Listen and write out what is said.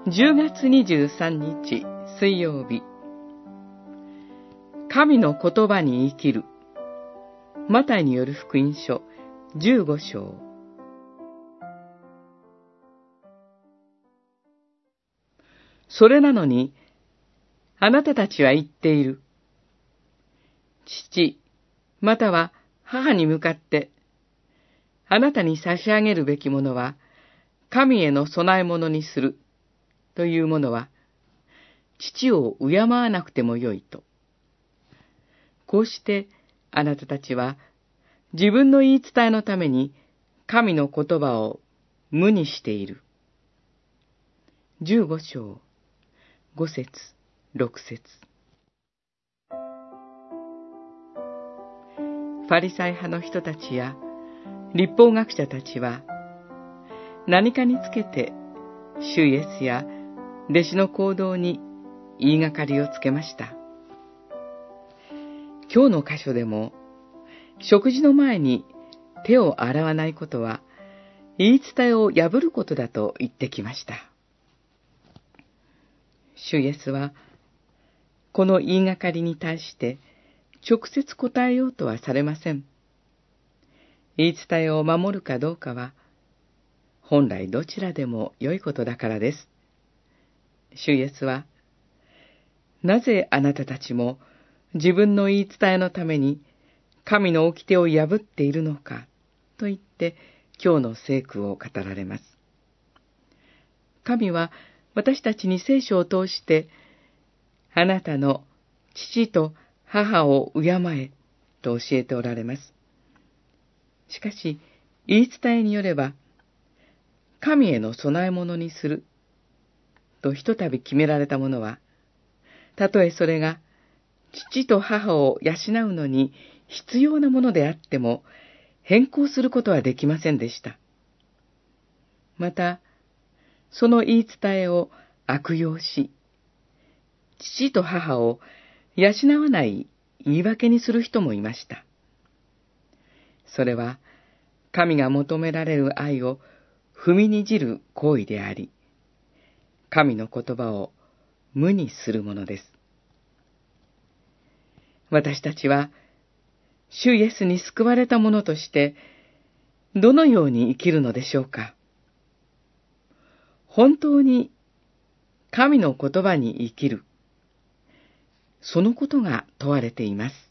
10月23日水曜日、神の言葉に生きる。マタイによる福音書15章。それなのに、あなたたちは言っている。父、または母に向かって、あなたに差し上げるべきものは、神への供え物にする。というものは、父を敬わなくてもよいと。こうしてあなたたちは自分の言い伝えのために神の言葉を無にしている。15章5節6節。ファリサイ派の人たちや律法学者たちは、何かにつけて主イエスや弟子の行動に言いがかりをつけました。今日の箇所でも、食事の前に手を洗わないことは、言い伝えを破ることだと言ってきました。主イエスは、この言いがかりに対して、直接答えようとはされません。言い伝えを守るかどうかは、本来どちらでも良いことだからです。主イエスは、なぜあなたたちも自分の言い伝えのために神の掟を破っているのかと言って今日の聖句を語られます。神は私たちに聖書を通してあなたの父と母を敬えと教えておられます。しかし言い伝えによれば神への供え物にするとひとたび決められたものは、たとえそれが父と母を養うのに必要なものであっても変更することはできませんでした。また、その言い伝えを悪用し、父と母を養わない言い訳にする人もいました。それは、神が求められる愛を踏みにじる行為であり、神の言葉を無にするものです。私たちは、主イエスに救われた者として、どのように生きるのでしょうか。本当に神の言葉に生きる、そのことが問われています。